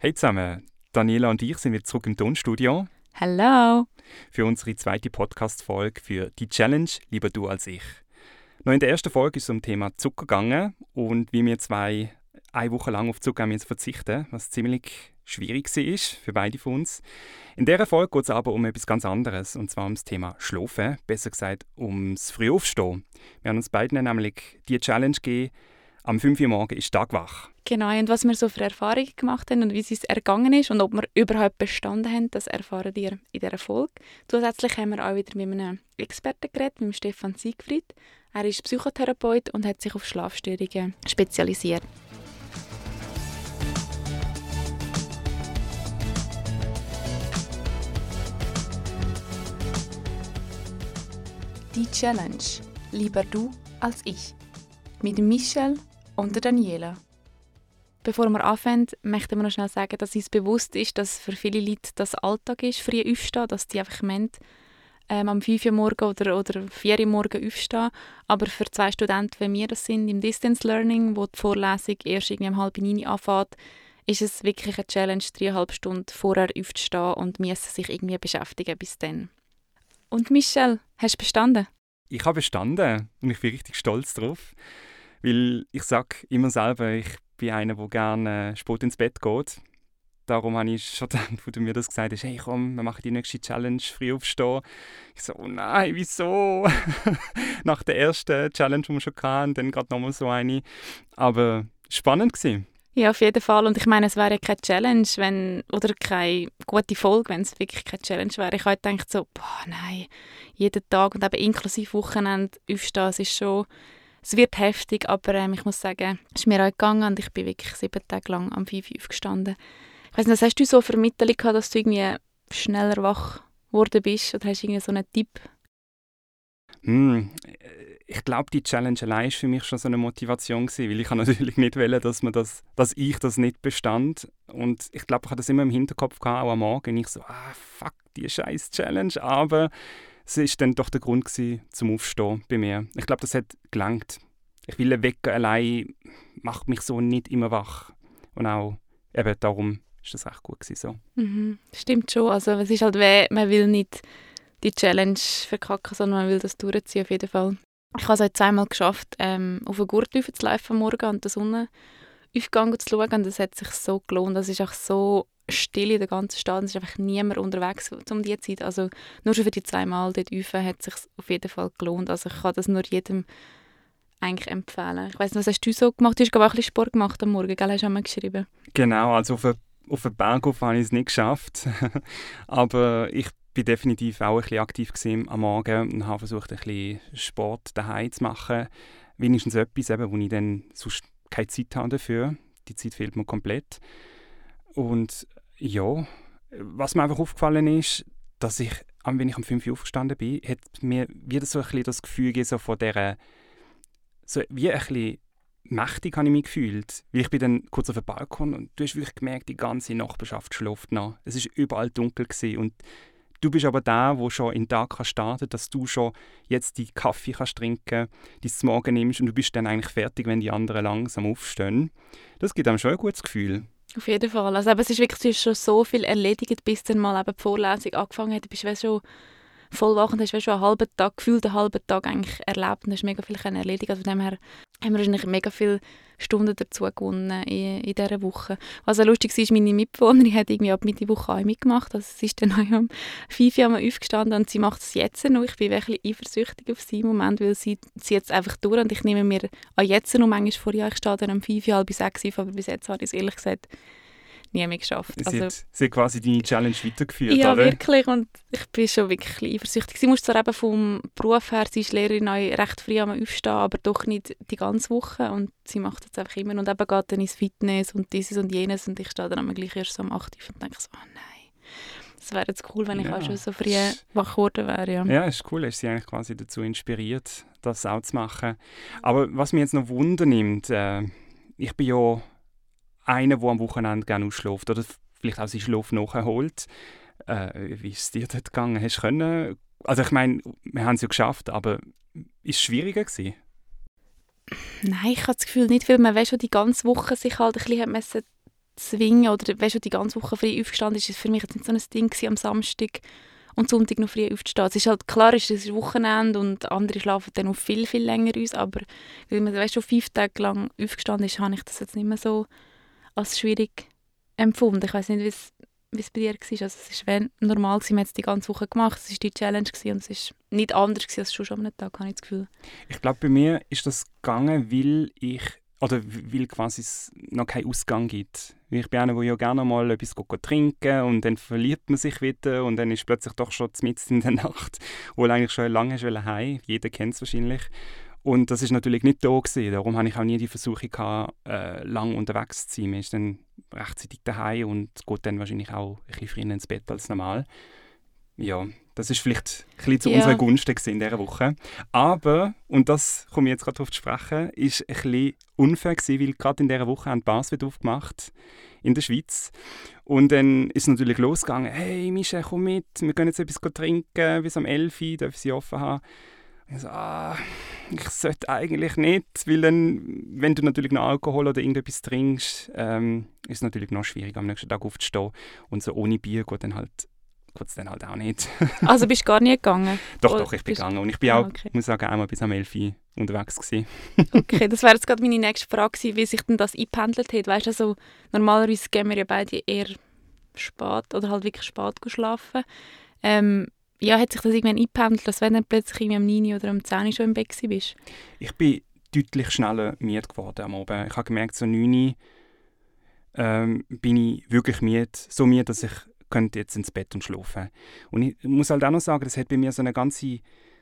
Hey zusammen, Daniela und ich sind wieder zurück im Tonstudio Hallo! für unsere zweite Podcast-Folge für die Challenge «Lieber du als ich». Noch in der ersten Folge ist es um das Thema Zucker gegangen und wie wir zwei eine Woche lang auf Zucker verzichten, was ziemlich schwierig war für beide von uns. In dieser Folge geht es aber um etwas ganz anderes, und zwar um das Thema Schlafen, besser gesagt ums Frühaufstehen. Wir haben uns beiden nämlich die Challenge gegeben, am 5 Uhr morgens ist Tag wach. Genau, und was wir so für Erfahrungen gemacht haben und wie es uns ergangen ist und ob wir überhaupt bestanden haben, das erfahren ihr in dieser Folge. Zusätzlich haben wir auch wieder mit einem Experten geredet, mit Stefan Siegfried. Er ist Psychotherapeut und hat sich auf Schlafstörungen spezialisiert. Die Challenge «Lieber du als ich» mit Michelle und der Daniela. Bevor wir anfangen, möchten wir noch schnell sagen, dass uns bewusst ist, dass für viele Leute das Alltag ist, früh aufstehen, dass die einfach am 5 Uhr morgen oder 4 Uhr morgen aufstehen. Aber für 2 Studenten, wie wir das sind, im Distance Learning, wo die Vorlesung erst irgendwie um 8:30 anfängt, ist es wirklich eine Challenge, 3,5 Stunden vorher aufzustehen und müssen sich irgendwie beschäftigen bis dann. Und Michelle, hast du bestanden? Ich habe bestanden und ich bin richtig stolz drauf, weil ich sage immer selber, ich bin einer, der gerne spät ins Bett geht. Darum habe ich schon gedacht, wo du mir das gesagt hast, hey komm, wir machen die nächste Challenge, früh aufstehen. Ich so, oh nein, wieso? Nach der ersten Challenge, die wir schon hatten, dann gerade nochmal so eine. Aber spannend gewesen. Ja, auf jeden Fall. Und ich meine, es wäre ja keine Challenge, oder keine gute Folge, wenn es wirklich keine Challenge wäre. Ich habe gedacht so, boah, nein, jeden Tag und eben inklusive Wochenende aufstehen, es wird heftig, aber ich muss sagen, es ist mir auch gegangen und ich bin wirklich 7 Tage lang am 5 Uhr aufgestanden. Ich weiss nicht, was hast du so eine Vermittlung gehabt, dass du irgendwie schneller wach geworden bist? Oder hast du irgendwie so einen Tipp? Ich glaube, die Challenge allein war für mich schon so eine Motivation gewesen, weil ich natürlich nicht wollte, dass ich das nicht bestand. Und ich glaube, ich hatte das immer im Hinterkopf gehabt, auch am Morgen. Ich so, fuck, die scheiß Challenge. Aber es war dann doch der Grund gewesen, zum Aufstehen bei mir. Ich glaube, das hat gelangt. Ich will einen Wecker allein macht mich so nicht immer wach. Und auch eben darum ist das recht gut gewesen, so. Stimmt schon. Also es ist halt man will nicht die Challenge verkacken, sondern man will das durchziehen auf jeden Fall. Ich habe es heute zweimal geschafft, auf einen Gurt zu laufen am Morgen und den Sonnenaufgang zu schauen. Und das hat sich so gelohnt. Es ist auch so still in der ganzen Stadt. Es ist einfach niemand unterwegs um diese Zeit. Also nur schon für die 2 Mal dort rauf hat es sich auf jeden Fall gelohnt. Also ich kann das nur jedem eigentlich empfehlen. Ich weiss nicht, was hast du so gemacht? Du hast auch ein bisschen Sport gemacht am Morgen, gell? Hast du auch mal geschrieben? Genau, also auf den Berg habe ich es nicht geschafft. Aber ich war definitiv auch ein bisschen aktiv am Morgen und habe versucht, ein bisschen Sport daheim zu machen. Wenigstens etwas, wo ich dann sonst keine Zeit habe dafür. Die Zeit fehlt mir komplett. Und ja, was mir einfach aufgefallen ist, dass wenn ich um 5 Uhr aufgestanden bin, hat mir wieder so ein bisschen das Gefühl gegeben, so von dieser, so wie ein bisschen mächtig habe ich mich gefühlt. Weil ich bin dann kurz auf dem Balkon und du hast wirklich gemerkt, die ganze Nachbarschaft schläft noch. Es war überall dunkel gewesen. Und du bist aber der, der schon in den Tag starten kann, dass du schon jetzt die Kaffee kannst trinken, dein Morgen nimmst und du bist dann eigentlich fertig, wenn die anderen langsam aufstehen. Das gibt einem schon ein gutes Gefühl. Auf jeden Fall. Also, aber es ist wirklich schon so viel erledigt, bis dann mal eben die Vorlesung angefangen hat. Du bist schon voll wach und hast schon gefühlt einen halben Tag eigentlich erlebt und hast mega viel erledigt. Also von dem her haben wir wahrscheinlich mega viele Stunden dazu gewonnen in dieser Woche. Was auch lustig war, meine Mitbewohnerin hat irgendwie ab Mitte Woche auch mitgemacht. Also sie ist dann auch um 5 Uhr aufgestanden und sie macht es jetzt noch. Ich bin wirklich eifersüchtig auf sie im Moment, weil sie jetzt einfach durch und ich nehme mir auch jetzt noch manchmal vor, ja, ich stehe dann um 5 Uhr, halb 6 Uhr, aber bis jetzt habe ich es ehrlich gesagt nie mehr geschafft. Sie hat quasi deine Challenge weitergeführt, ja, oder? Ja, wirklich. Und ich bin schon wirklich eifersüchtig. Sie muss zwar eben vom Beruf her, sie ist Lehrerin, auch recht früh aufstehen, aber doch nicht die ganze Woche. Und sie macht das einfach immer. Und eben geht dann ins Fitness und dieses und jenes. Und ich stehe dann immer gleich erst so um 8 Uhr und denke so, oh nein, es wäre jetzt cool, wenn ich auch schon so früh wach geworden wäre. Ja, ist cool. Ist sie eigentlich quasi dazu inspiriert, das auch zu machen. Aber was mich jetzt noch Wunder nimmt, ich bin ja einer, der am Wochenende gerne ausschläft oder vielleicht auch seinen Schlaf nachholt. Wie ist es dir dort gegangen? Hast du können? Also ich meine, wir haben es ja geschafft, aber ist es schwieriger gewesen? Nein, ich habe das Gefühl nicht, weil man schon die ganze Woche sich halt ein bisschen zwingen oder weißt du, die ganze Woche früh aufgestanden ist, ist für mich jetzt nicht so ein Ding gewesen, am Samstag und Sonntag noch früh aufzustehen. Es ist halt klar, es ist Wochenende und andere schlafen dann noch viel, viel länger aus, aber weil man weißt, schon 5 Tage lang aufgestanden ist, habe ich das jetzt nicht mehr so als schwierig empfunden. Ich weiß nicht, wie es bei dir war. Also es war normal, wir haben es die ganze Woche gemacht, es war die Challenge gewesen, und es ist nicht anders gewesen als schon am Tag, habe ich das Gefühl. Ich glaube, bei mir ist das gegangen, weil quasi es noch keinen Ausgang gibt. Ich bin einer, der ja gerne mal etwas trinken und dann verliert man sich wieder und dann ist plötzlich doch schon mitten in der Nacht, wo eigentlich schon lange heim. Jeder kennt es wahrscheinlich. Und das ist natürlich nicht da gewesen. Darum hatte ich auch nie die Versuchung gehabt, lang unterwegs zu sein. Man ist dann rechtzeitig daheim und geht dann wahrscheinlich auch ein bisschen früher ins Bett als normal. Ja, das ist vielleicht ein bisschen zu unserer Gunsten in dieser Woche. Aber, und das komme ich jetzt gerade darauf zu sprechen, ist ein bisschen unfair gewesen, weil gerade in dieser Woche haben die Bars wieder aufgemacht in der Schweiz. Und dann ist es natürlich losgegangen. «Hey, Michel, komm mit, wir können jetzt etwas trinken, bis am 11 Uhr dürfen sie offen haben.» Ich so, ich sollte eigentlich nicht, weil dann, wenn du natürlich noch Alkohol oder irgendetwas trinkst, ist es natürlich noch schwierig, am nächsten Tag aufzustehen. Und so ohne Bier geht es dann halt auch nicht. Also bist du gar nicht gegangen? Doch, ich bin gegangen. Und ich bin auch, muss sagen, einmal bis am 11 Uhr unterwegs gewesen. Okay, das wäre jetzt gerade meine nächste Frage gewesen, wie sich denn das eingependelt hat. Weißt du, also, normalerweise gehen wir ja beide eher spät oder halt wirklich spät schlafen. Hat sich das irgendwann eingependelt, dass wenn du dann plötzlich um 9 Uhr oder um 10 Uhr schon im Bett bist? Ich bin deutlich schneller müde geworden am Abend. Ich habe gemerkt, so 9 Uhr bin ich wirklich müde. So müde, dass ich könnte jetzt ins Bett und schlafen. Und ich muss halt auch noch sagen, das hat bei mir so eine ganze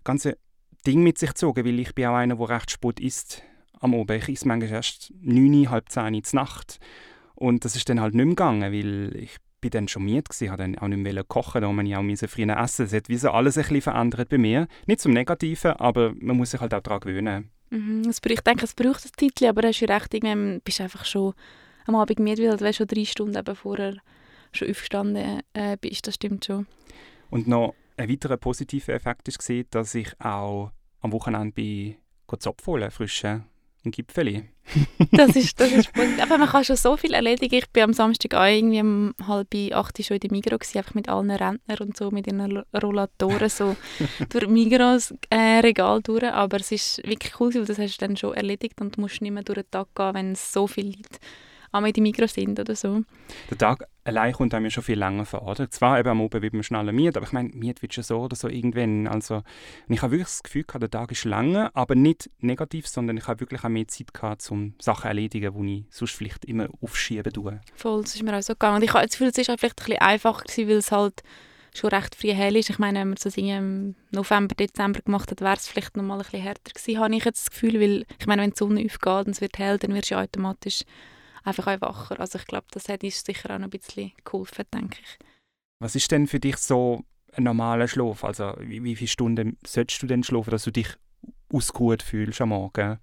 Ding mit sich gezogen, weil ich bin auch einer, der recht spät isst am Abend. Ich esse manchmal erst 9 Uhr, halb 10 Uhr zur Nacht. Und das ist dann halt nicht mehr gegangen, weil ich bin dann schon müde gewesen, habe dann auch nicht mehr kochen, da musste ich auch früher essen. Es hat wie so alles ein bisschen verändert bei mir. Nicht zum Negativen, aber man muss sich halt auch daran gewöhnen. Ich denke, es braucht ein Zeitchen, aber du hast ja recht, irgendwann bist du einfach schon am Abend müde, weil du schon 3 Stunden eben vorher schon aufgestanden bist, das stimmt schon. Und noch ein weiterer positiver Effekt war, dass ich auch am Wochenende bin Zopf holen, frischen und Gipfeli. Das ist positiv. Aber man kann schon so viel erledigen. Ich bin am Samstag auch irgendwie um 7:30 schon in der Migros, einfach mit allen Rentnern und so, mit ihren Rollatoren so durch Migros-Regal durch. Aber es ist wirklich cool, weil das hast du dann schon erledigt und du musst nicht mehr durch den Tag gehen, wenn es so viele Leute in die Migros sind oder so. Der Tag allein kommt einem schon viel länger vor, oder? Zwar eben am Abend wird man schneller müde, aber ich meine, müde wird schon so oder so irgendwann. Also, ich habe wirklich das Gefühl gehabt, der Tag ist länger, aber nicht negativ, sondern ich habe wirklich auch mehr Zeit gehabt, um Sachen zu erledigen, die ich sonst vielleicht immer aufschieben tue. Voll, das ist mir auch so gegangen. Und ich habe das Gefühl, es war vielleicht ein bisschen einfacher gewesen, weil es halt schon recht früh hell ist. Ich meine, wenn man das im November, Dezember gemacht hat, wäre es vielleicht noch mal ein bisschen härter gewesen, habe ich jetzt das Gefühl, weil ich meine, wenn die Sonne aufgeht und es wird hell, dann wirst du automatisch einfach auch wacher. Also ich glaube, das hat uns sicher auch noch ein bisschen geholfen, denke ich. Was ist denn für dich so ein normaler Schlaf? Also wie viele Stunden solltest du denn schlafen, dass du dich ausgeruht fühlst am Morgen?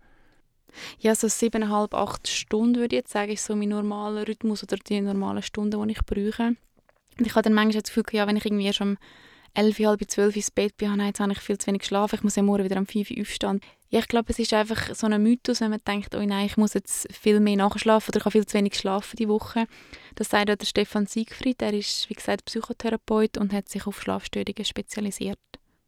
Ja, so 7,5, 8 Stunden würde ich jetzt sagen, ist so mein normaler Rhythmus oder die normalen Stunden, die ich brauche. Und ich habe dann manchmal das Gefühl, ja, wenn ich irgendwie erst um 11, halb 12 ins Bett bin, jetzt habe ich viel zu wenig geschlafen, ich muss ja morgen wieder um 5 Uhr aufstehen. Ja, ich glaube, es ist einfach so ein Mythos, wenn man denkt, oh nein, ich muss jetzt viel mehr nachschlafen oder ich habe viel zu wenig geschlafen die Woche. Das sagt auch der Stefan Siegfried, der ist, wie gesagt, Psychotherapeut und hat sich auf Schlafstörungen spezialisiert.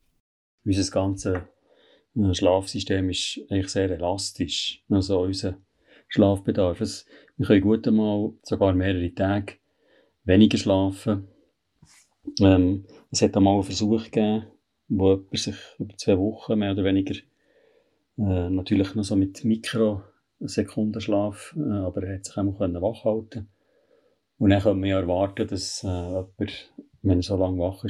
Unser ganzes Schlafsystem ist eigentlich sehr elastisch, also unser Schlafbedarf. Wir können gut einmal sogar mehrere Tage weniger schlafen. Es hat einmal einen Versuch gegeben, wo jemand sich über 2 Wochen mehr oder weniger natürlich noch so mit Mikrosekundenschlaf, aber er hat sich einmal wach halten. Und dann könnte man ja erwarten, dass jemand, wenn er so lange wach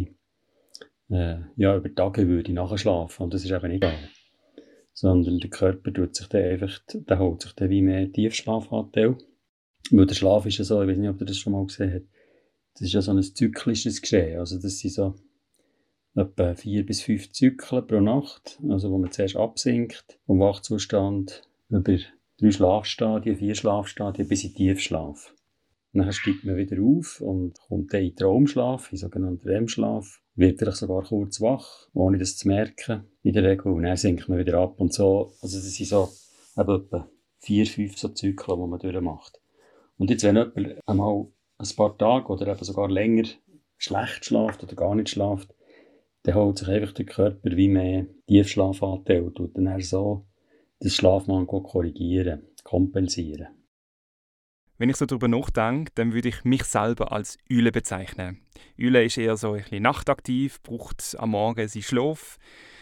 war, über Tage würde nachschlafen. Und das ist eben nicht egal. Sondern der Körper holt sich dann wie mehr Tiefschlafanteil. Weil der Schlaf ist ja so, ich weiß nicht, ob ihr das schon mal gesehen habt, das ist ja so ein zyklisches Geschehen. Also das sind so etwa 4 bis 5 Zyklen pro Nacht, also wo man zuerst absinkt vom Wachzustand über 3 Schlafstadien, 4 Schlafstadien bis in Tiefschlaf. Dann steigt man wieder auf und kommt dann in den Traumschlaf, in sogenannten REM-Schlaf, wird vielleicht sogar kurz wach, ohne das zu merken in der Regel, und dann sinkt man wieder ab und so. Also das sind so etwa 4, 5 so Zyklen, die man durchmacht. Und jetzt, wenn jemand einmal ein paar Tage oder eben sogar länger schlecht schläft oder gar nicht schläft, dann holt sich einfach der Körper wie mehr Tiefschlafanteil und tut dann so das Schlafmangel korrigieren, kompensieren. Wenn ich so darüber nachdenke, dann würde ich mich selber als Eule bezeichnen. Eule ist eher so ein bisschen nachtaktiv, braucht am Morgen seinen Schlaf.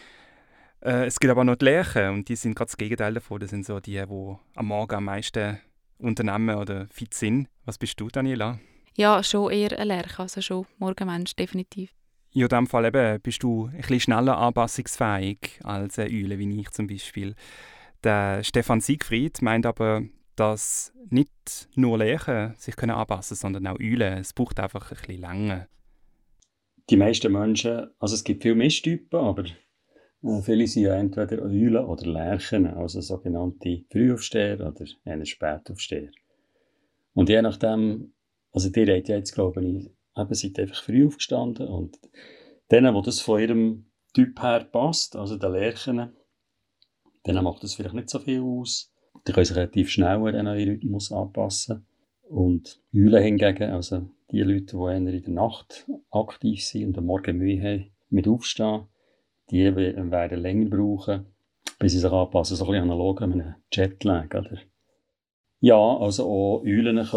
Es gibt aber noch die Lerchen und die sind gerade das Gegenteil davon. Das sind so die am Morgen am meisten unternehmen oder fit sind. Was bist du, Daniela? Ja, schon eher ein Lerche, also schon Morgenmensch, definitiv. Ja, in diesem Fall eben, bist du ein bisschen schneller anpassungsfähig als eine Eule, wie ich zum Beispiel. Der Stefan Siegfried meint aber, dass nicht nur Lerchen sich anpassen können, sondern auch Eulen. Es braucht einfach ein bisschen länger. Die meisten Menschen, also es gibt viele Mischtypen, aber viele sind ja entweder Eulen oder Lerchen, also sogenannte Frühaufsteher oder eher Spätaufsteher. Und je nachdem, also die habt ja jetzt, glaube ich, eben seid einfach früh aufgestanden und denen, wo das von ihrem Typ her passt, also den Lerchen, denen macht das vielleicht nicht so viel aus. Die können sich relativ schnell an den neuen Rhythmus anpassen. Und Eulen hingegen, also die Leute, die eher in der Nacht aktiv sind und am Morgen Mühe haben mit Aufstehen, die werden länger brauchen, bis sie sich anpassen. So ein bisschen analog an einem Jetlag, oder? Ja, also auch Eulen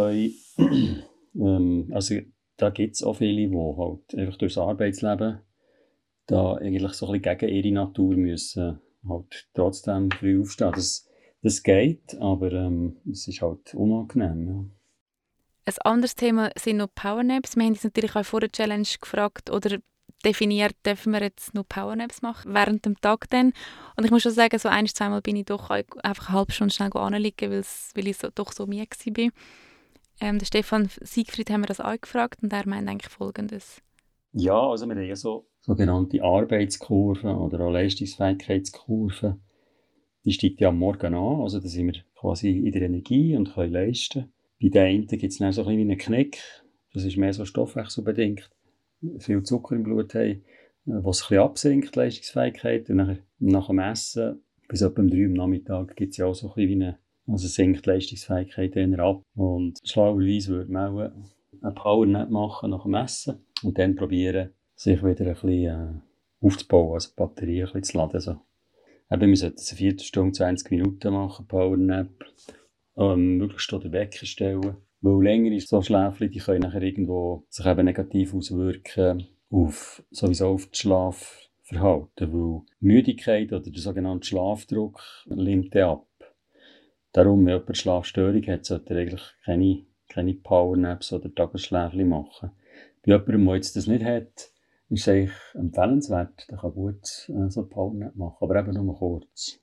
können, also da gibt es auch viele, die halt einfach durchs Arbeitsleben da eigentlich so ein bisschen gegen ihre Natur müssen halt trotzdem früh aufstehen. Das geht, aber es ist halt unangenehm. Ja. Ein anderes Thema sind noch Powernaps. Wir haben uns natürlich auch vor der Challenge gefragt oder definiert, dürfen wir jetzt noch Powernaps machen während dem Tag dann. Und ich muss schon sagen, so ein-, zweimal bin ich doch einfach eine halbe Stunde schnell anliegen, weil ich doch so müde war. Der Stefan Siegfried haben wir das auch gefragt und er meint eigentlich Folgendes. Ja, also wir haben ja so sogenannte Arbeitskurven oder auch Leistungsfähigkeitskurven. Die steigt ja am Morgen an, also da sind wir quasi in der Energie und können leisten. Bei den einen gibt es dann so ein bisschen einen Knick, das ist mehr so stoffwechselbedingt. Viel Zucker im Blut haben, was ein bisschen absinkt, die Leistungsfähigkeit. Und nach dem Essen, bis etwa um 3 Uhr am Nachmittag, gibt es ja auch so ein bisschen wie eine, also sinkt die Leistungsfähigkeit eher ab. Und schlauerweise würde man auch einen Powernap machen nach dem Essen und dann probieren, sich wieder ein bisschen aufzubauen, also die Batterie ein bisschen zu laden. So. Eben, wir sollten eine Viertelstunde, 20 Minuten machen, Powernap. Möglichst den Wecker stellen. Weil länger ist so Schläfchen, die können nachher irgendwo sich eben negativ auswirken sowieso auf das Schlafverhalten. Weil Müdigkeit oder der sogenannte Schlafdruck nimmt ab. Darum, wenn jemand Schlafstörung hat, sollte er eigentlich keine Powernaps oder Tagesschläfchen machen. Bei jemandem, der jetzt das nicht hat, ist es eigentlich empfehlenswert. Der kann gut so ein Powernap machen, aber eben nur kurz.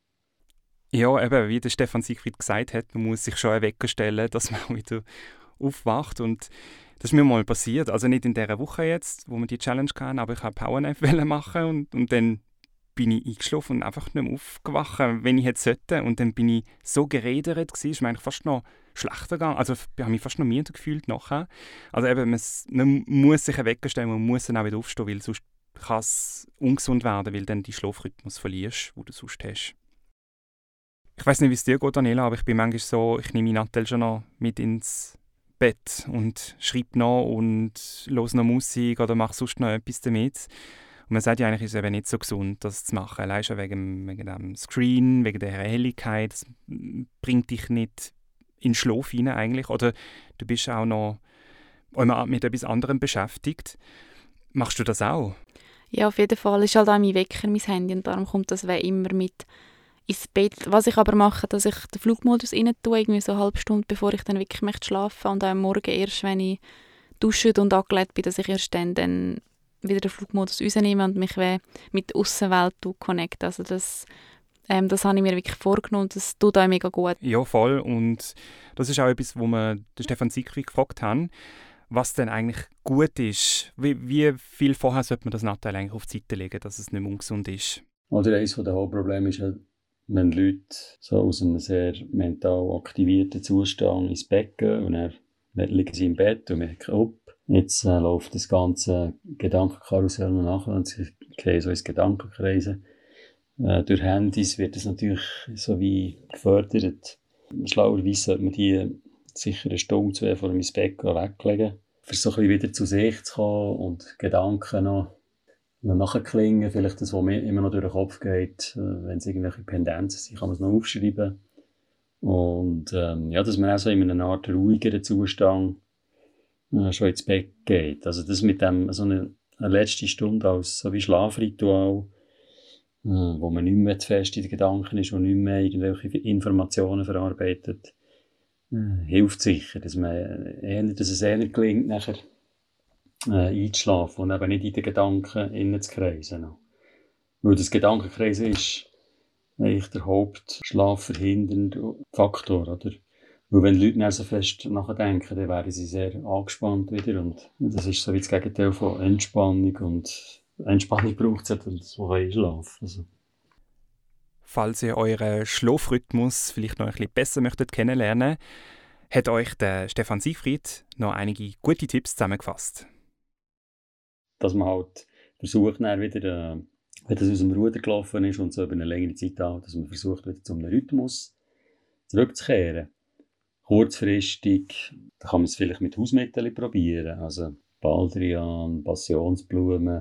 Ja, eben, wie der Stefan Siegfried gesagt hat, man muss sich schon einen Wecker stellen, dass man wieder aufwacht. Und das ist mir mal passiert. Also nicht in dieser Woche jetzt, wo wir die Challenge hatten, aber ich wollte Powernap machen und dann bin ich eingeschlafen und einfach nicht mehr aufgewacht, wenn ich hätte sollte. Und dann bin ich so gerädert gewesen, ist mir eigentlich fast noch schlechter gegangen. Also ich habe mich fast noch müde gefühlt nachher. Also eben, man muss sich einen Wecker stellen, man muss dann auch wieder aufstehen, weil sonst kann es ungesund werden, weil dann die Schlafrhythmus verlierst, den du sonst hast. Ich weiss nicht, wie es dir geht, Daniela, aber ich bin manchmal so, ich nehme meinen Nattel schon noch mit ins Bett und schreibe noch und höre noch Musik oder mache sonst noch etwas damit. Und man sagt ja eigentlich, es ist eben nicht so gesund, das zu machen. Allein schon wegen dem Screen, wegen der Helligkeit. Das bringt dich nicht in den Schlaf hinein eigentlich. Oder du bist auch noch mit etwas anderem beschäftigt. Machst du das auch? Ja, auf jeden Fall ist halt auch mein Wecker, mein Handy und darum kommt das immer mit ins Bett. Was ich aber mache, dass ich den Flugmodus rein tue, irgendwie so eine halbe Stunde, bevor ich dann wirklich möchte schlafen und auch am Morgen erst, wenn ich dusche und angelegt bin, dass ich erst dann wieder den Flugmodus rausnehme und mich mit der Aussenwelt connecte. Also das habe ich mir wirklich vorgenommen und das tut auch mega gut. Ja, voll. Und das ist auch etwas, wo wir den Stefan Siegfried gefragt haben, was denn eigentlich gut ist. Wie viel vorher sollte man das Nattel eigentlich auf die Seite legen, dass es nicht mehr ungesund ist? Oder eines der Hauptprobleme ist, wenn Leute so aus einem sehr mental aktivierten Zustand ins Bett gehen und dann liegen sie im Bett und merken, jetzt läuft das ganze Gedankenkarussell noch nach und sie gehen so ins Gedankenkreisen. Durch Handys wird das natürlich so wie gefördert. Schlauerweise sollte man die sicher 1 Stunde, 2 vor meinem Bett weglegen, für so ein bisschen wieder zu sich zu kommen und Gedanken noch nachklingen, vielleicht das, was mir immer noch durch den Kopf geht, wenn es irgendwelche Pendenzen sind, kann man es noch aufschreiben. Und dass man auch so in einer Art ruhigeren Zustand schon ins Bett geht. Also das mit dem, so eine letzte Stunde als so wie Schlafritual, wo man nicht mehr zu fest in den Gedanken ist und nicht mehr irgendwelche Informationen verarbeitet, hilft sicher, dass es eher gelingt, nachher einzuschlafen und eben nicht in den Gedanken innen zu kreisen. Weil das Gedankenkreisen ist eigentlich der hauptschlafverhindernde Faktor, oder? Weil wenn Leute nicht so fest nachdenken, dann werden sie sehr angespannt wieder und das ist so wie das Gegenteil von Entspannung und Entspannung braucht es, dass man einschlafen. Also. Falls ihr euren Schlafrhythmus vielleicht noch ein bisschen besser möchtet kennenlernen, hat euch der Stefan Siegfried noch einige gute Tipps zusammengefasst. Dass man halt versucht, dann wieder, wenn das aus dem Ruder gelaufen ist und so über eine längere Zeit auch, dass man versucht, wieder zu einem Rhythmus zurückzukehren. Kurzfristig, da kann man es vielleicht mit Hausmitteln probieren, also Baldrian, Passionsblumen,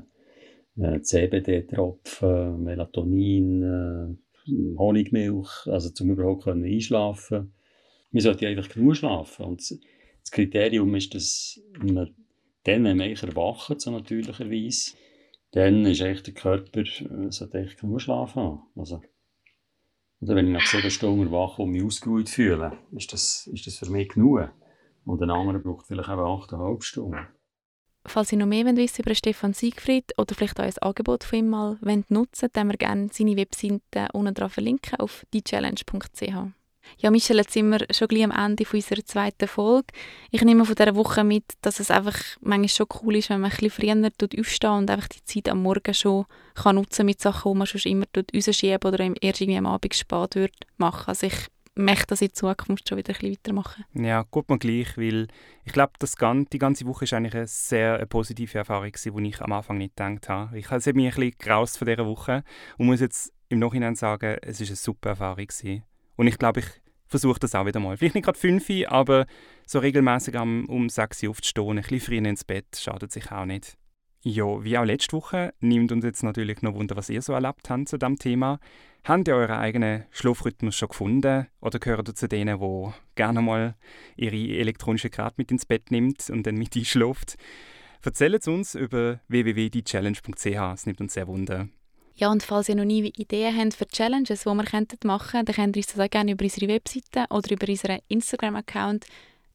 CBD-Tropfen, Melatonin, Honigmilch, also zum überhaupt einschlafen. Man sollte eigentlich genug schlafen. Und das Kriterium ist, dass man dann, wenn man erwacht, so natürlicherweise, dann ist eigentlich der Körper, sollte eigentlich genug Schlaf haben. Also, oder wenn ich nach 7 Stunden erwache und mich ausgeruht fühle, ist das für mich genug. Und ein anderer braucht vielleicht eben 8,5 Stunden. Falls ihr noch mehr wissen über Stefan Siegfried oder vielleicht auch ein Angebot von ihm mal nutzen wollt, dann wir gerne seine Webseite unten dran verlinken auf diechallenge.ch. Ja, Michel, jetzt sind wir schon gleich am Ende unserer 2. Folge. Ich nehme von dieser Woche mit, dass es einfach manchmal schon cool ist, wenn man ein bisschen früher aufsteht und einfach die Zeit am Morgen schon kann nutzen mit Sachen, die man schon immer rausschieben oder erst irgendwie am Abend spät würde machen. Also ich möchte das in Zukunft schon wieder ein bisschen weitermachen. Ja, gut mal gleich, weil ich glaube, die ganze Woche war eigentlich eine sehr positive Erfahrung, die ich am Anfang nicht gedacht habe. Ich habe mich ein bisschen geraust von dieser Woche und muss jetzt im Nachhinein sagen, es war eine super Erfahrung gewesen. Und ich glaube, ich versuche das auch wieder mal. Vielleicht nicht gerade 5 Uhr, aber so regelmäßig um 6 Uhr aufzustehen, ein bisschen früher ins Bett, schadet sich auch nicht. Ja, wie auch letzte Woche, nimmt uns jetzt natürlich noch Wunder, was ihr so erlebt habt zu diesem Thema. Habt ihr euren eigenen Schlafrhythmus schon gefunden? Oder gehört ihr zu denen, die gerne mal ihre elektronischen Geräte mit ins Bett nimmt und dann mit einschläft? Erzählt es uns über www.diechallenge.ch, es nimmt uns sehr Wunder. Ja, und falls ihr noch nie Ideen habt für Challenges, die wir machen könnten, dann könnt ihr uns das auch gerne über unsere Webseite oder über unseren Instagram-Account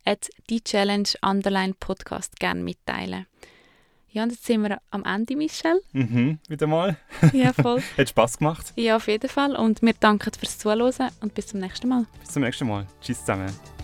@diechallenge_podcast gerne mitteilen. Ja, und jetzt sind wir am Ende, Michel. Wieder mal. Ja, voll. Hat Spass gemacht. Ja, auf jeden Fall. Und wir danken fürs Zuhören und bis zum nächsten Mal. Bis zum nächsten Mal. Tschüss zusammen.